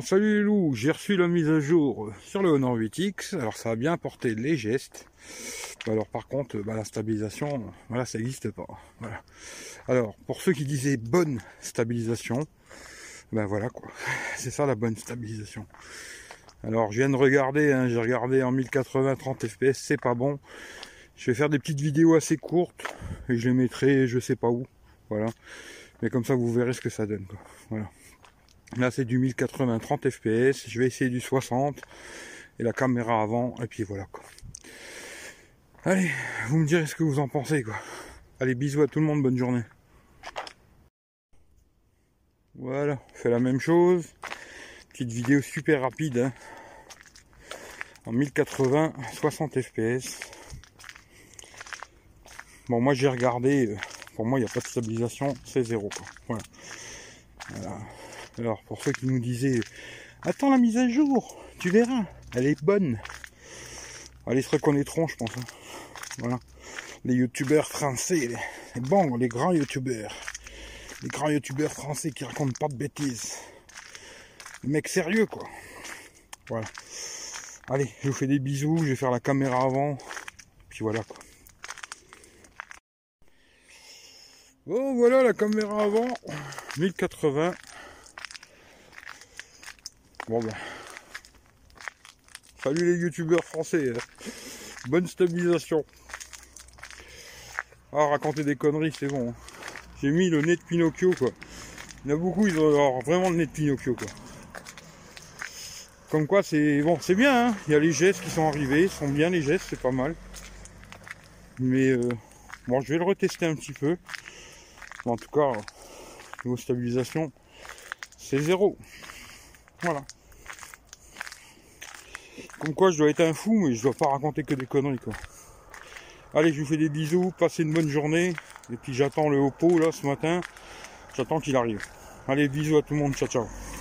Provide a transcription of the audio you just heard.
salut les loups, j'ai reçu la mise à jour sur le Honor 8X, alors ça a bien porté les gestes. Alors par contre, la stabilisation, voilà, ça n'existe pas. Voilà. Alors, pour ceux qui disaient bonne stabilisation, voilà quoi, c'est ça la bonne stabilisation. Alors je viens de regarder, j'ai regardé en 1080 30 fps, c'est pas bon. Je vais faire des petites vidéos assez courtes et je les mettrai je sais pas où, voilà. Mais comme ça vous verrez ce que ça donne quoi. Voilà. Là c'est du 1080 30 fps, je vais essayer du 60 et la caméra avant et puis voilà quoi. Allez, vous me direz ce que vous en pensez quoi. Allez, bisous à tout le monde, bonne journée. Voilà, on fait la même chose. Petite vidéo super rapide en 1080 60 fps. Bon, moi j'ai regardé, pour moi il n'y a pas de stabilisation, c'est zéro quoi. Voilà. Alors pour ceux qui nous disaient attends la mise à jour, tu verras, elle est bonne. Allez, ils se reconnaîtront je pense. Voilà. Les youtubeurs français, les grands youtubeurs. Les grands youtubeurs français qui racontent pas de bêtises. Les mecs sérieux quoi. Voilà. Allez, je vous fais des bisous, je vais faire la caméra avant. Puis voilà quoi. Bon voilà la caméra avant. 1080. Bon salut les youtubeurs français. Bonne stabilisation. Ah, raconter des conneries c'est bon. J'ai mis le nez de Pinocchio quoi. Il y en a beaucoup, ils ont alors vraiment le nez de Pinocchio quoi. Comme quoi c'est bon, c'est bien, hein. Il y a les gestes qui sont arrivés, sont bien les gestes, c'est pas mal. Mais bon, je vais le retester un petit peu. Bon, en tout cas, niveau stabilisation, c'est zéro. Voilà. Comme quoi je dois être un fou, mais je dois pas raconter que des conneries quoi. Allez, je vous fais des bisous, passez une bonne journée. Et puis j'attends le Oppo là ce matin. J'attends qu'il arrive. Allez, bisous à tout le monde, ciao ciao.